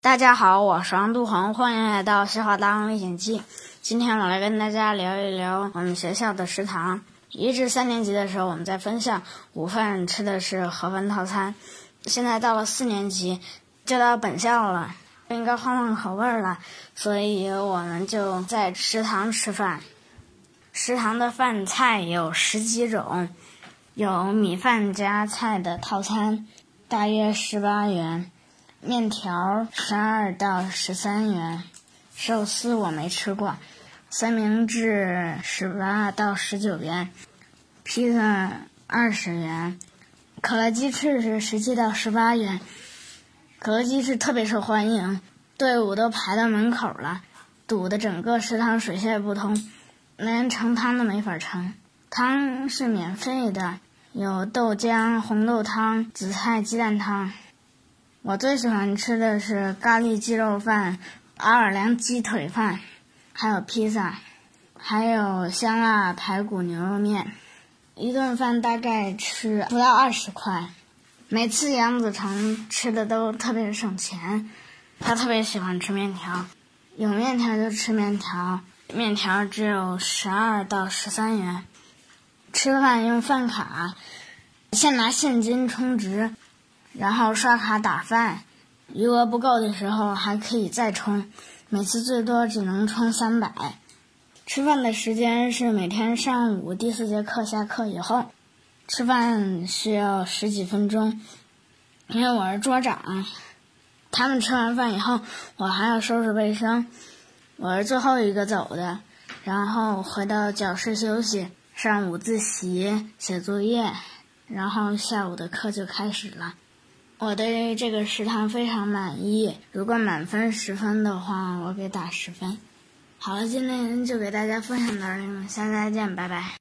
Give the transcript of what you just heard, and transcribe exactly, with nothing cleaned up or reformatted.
大家好，我是王杜恒，欢迎来到《西华大王历险记》。今天我来跟大家聊一聊我们学校的食堂。一至三年级的时候，我们在分校午饭吃的是盒饭套餐。现在到了四年级，就到本校了，应该换换口味了，所以我们就在食堂吃饭。食堂的饭菜有十几种，有米饭加菜的套餐，大约十八元。面条十二到十三元，寿司我没吃过，三明治十八到十九元，披萨二十元，可乐鸡翅是十七到十八元。可乐鸡翅特别受欢迎，队伍都排到门口了，堵得整个食堂水泄不通，连盛汤都没法盛。汤是免费的，有豆浆、红豆汤、紫菜鸡蛋汤。我最喜欢吃的是咖喱鸡肉饭、奥尔良鸡腿饭，还有披萨，还有香辣排骨牛肉面。一顿饭大概吃不到二十块。每次杨子成吃的都特别省钱，他特别喜欢吃面条，有面条就吃面条，面条只有十二到十三元。吃饭用饭卡，先拿现金充值，然后刷卡打饭，余额不够的时候还可以再充，每次最多只能充三百。吃饭的时间是每天上午第四节课下课以后，吃饭需要十几分钟，因为我是桌长，他们吃完饭以后我还要收拾卫生，我是最后一个走的，然后回到教室休息，上午自习写作业，然后下午的课就开始了。我对这个食堂非常满意，如果满分十分的话，我给打十分。好了，今天就给大家分享到这里，下次再见，拜拜。